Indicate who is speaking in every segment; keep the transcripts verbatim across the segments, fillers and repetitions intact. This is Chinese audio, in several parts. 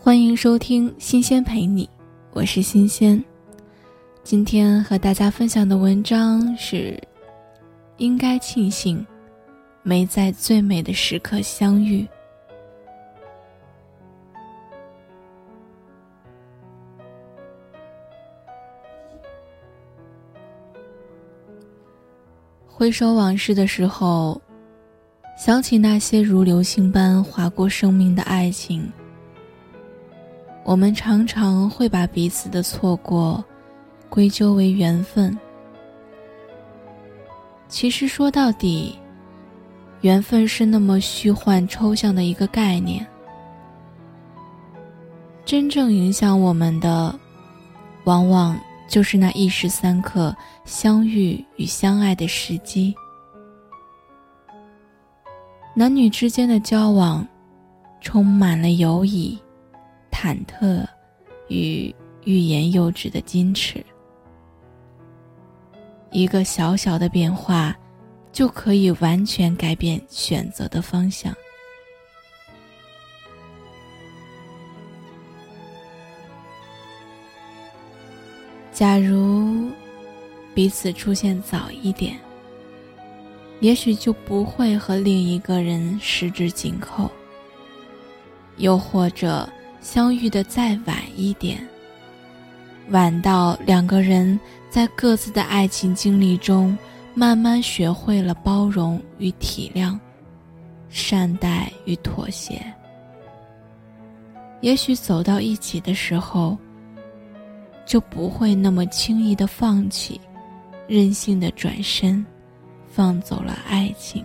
Speaker 1: 欢迎收听新鲜陪你，我是新鲜。今天和大家分享的文章是应该庆幸没在最美的时刻相遇。回首往事的时候，想起那些如流星般划过生命的爱情，我们常常会把彼此的错过归咎为缘分。其实说到底，缘分是那么虚幻抽象的一个概念，真正影响我们的往往就是那一时三刻相遇与相爱的时机。男女之间的交往充满了犹疑、忐忑与欲言又止的矜持，一个小小的变化就可以完全改变选择的方向。假如彼此出现早一点，也许就不会和另一个人十指紧扣，又或者相遇的再晚一点，晚到两个人在各自的爱情经历中慢慢学会了包容与体谅，善待与妥协。也许走到一起的时候，就不会那么轻易的放弃，任性的转身，放走了爱情。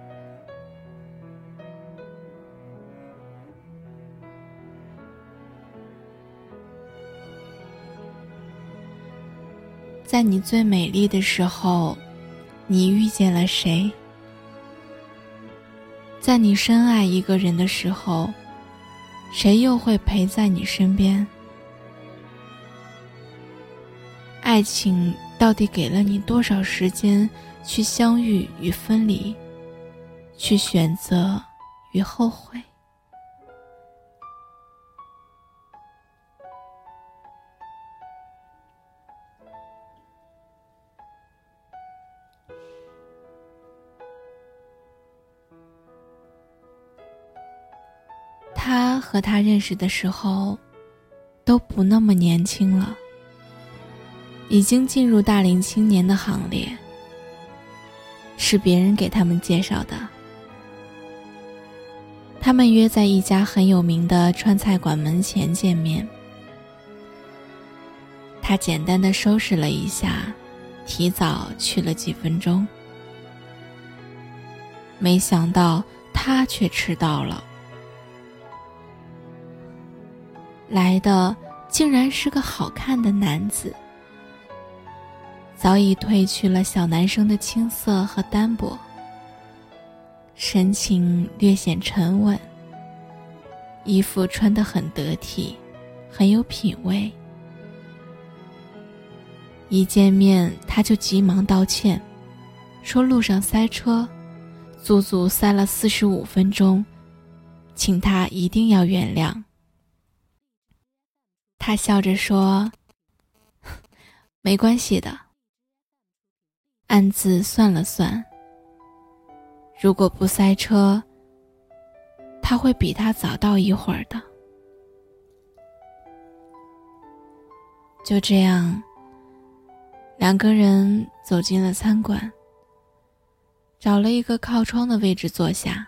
Speaker 1: 在你最美丽的时候，你遇见了谁？在你深爱一个人的时候，谁又会陪在你身边？爱情到底给了你多少时间去相遇与分离，去选择与后悔？他和他认识的时候都不那么年轻了，已经进入大龄青年的行列，是别人给他们介绍的。他们约在一家很有名的川菜馆门前见面。他简单的收拾了一下，提早去了几分钟，没想到他却迟到了。来的竟然是个好看的男子，早已褪去了小男生的青涩和单薄，神情略显沉稳，衣服穿得很得体，很有品味。一见面他就急忙道歉，说路上塞车，足足塞了四十五分钟，请他一定要原谅。他笑着说，没关系的，暗自算了算，如果不塞车，他会比他早到一会儿的。就这样，两个人走进了餐馆，找了一个靠窗的位置坐下。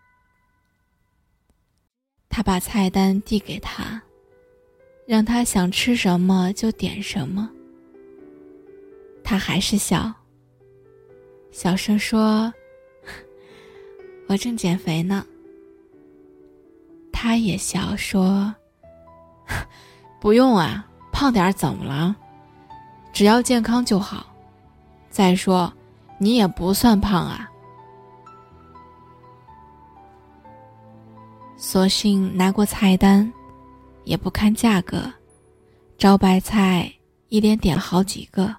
Speaker 1: 他把菜单递给他，让他想吃什么就点什么。他还是笑，小声说，我正减肥呢。他也笑说，不用啊，胖点怎么了？只要健康就好。再说，你也不算胖啊。索性拿过菜单，也不看价格，招白菜一连点了好几个。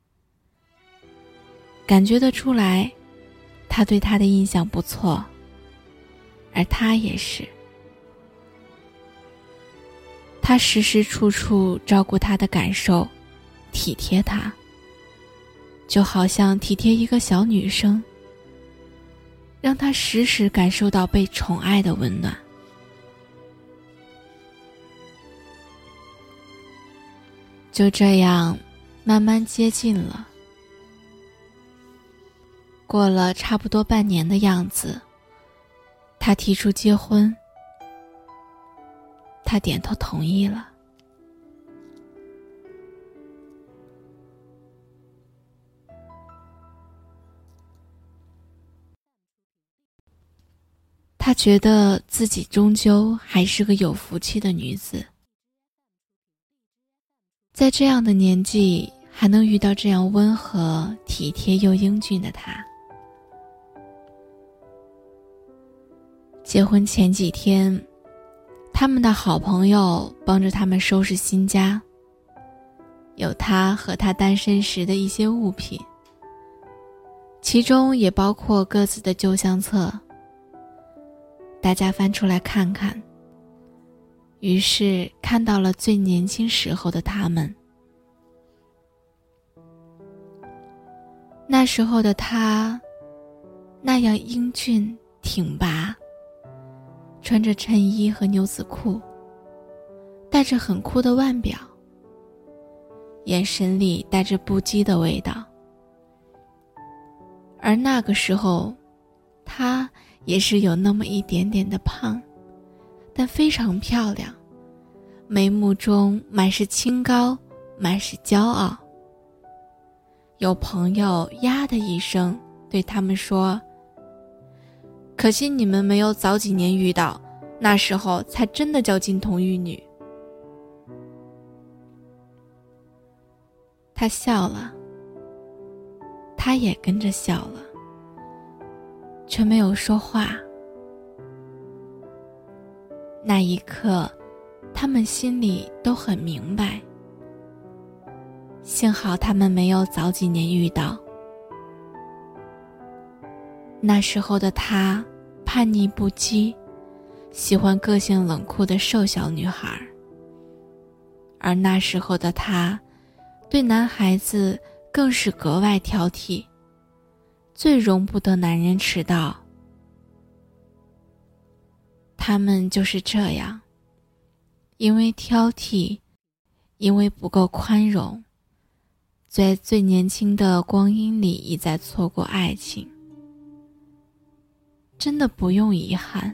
Speaker 1: 感觉得出来，他对他的印象不错，而他也是。 他时时处处照顾她的感受，体贴她，就好像体贴一个小女生，让她时时感受到被宠爱的温暖。就这样慢慢接近了，过了差不多半年的样子，他提出结婚，他点头同意了。他觉得自己终究还是个有福气的女子，在这样的年纪还能遇到这样温和、体贴又英俊的他。结婚前几天，他们的好朋友帮着他们收拾新家，有他和他单身时的一些物品，其中也包括各自的旧相册。大家翻出来看看，于是看到了最年轻时候的他们。那时候的他，那样英俊挺拔，穿着衬衣和牛仔裤，带着很酷的腕表，眼神里带着不羁的味道。而那个时候，他也是有那么一点点的胖，但非常漂亮，眉目中满是清高，满是骄傲。有朋友呀的一声对他们说，可惜你们没有早几年遇到，那时候才真的叫金童玉女。他笑了，他也跟着笑了，却没有说话。那一刻，他们心里都很明白，幸好他们没有早几年遇到。那时候的他叛逆不羁，喜欢个性冷酷的瘦小女孩，而那时候的他对男孩子更是格外挑剔，最容不得男人迟到。他们就是这样，因为挑剔，因为不够宽容，在最年轻的光阴里一再错过爱情。真的不用遗憾，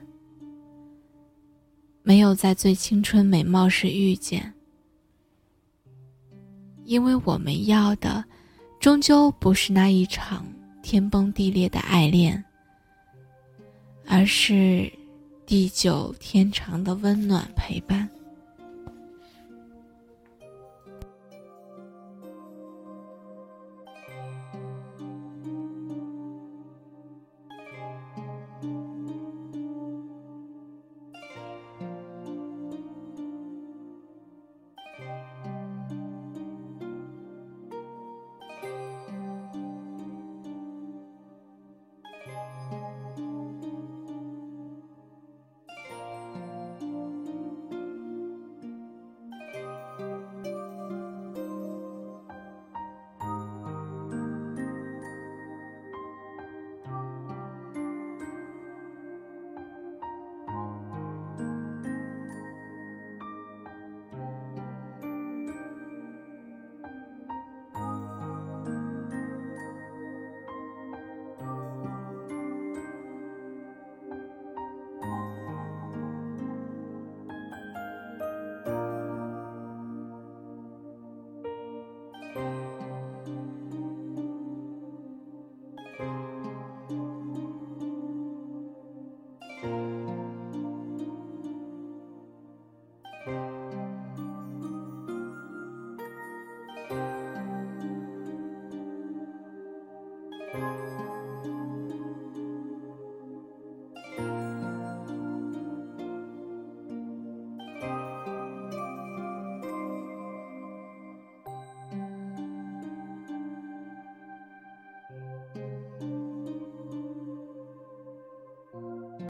Speaker 1: 没有在最青春美貌时遇见，因为我们要的终究不是那一场天崩地裂的爱恋，而是地久天长的温暖陪伴。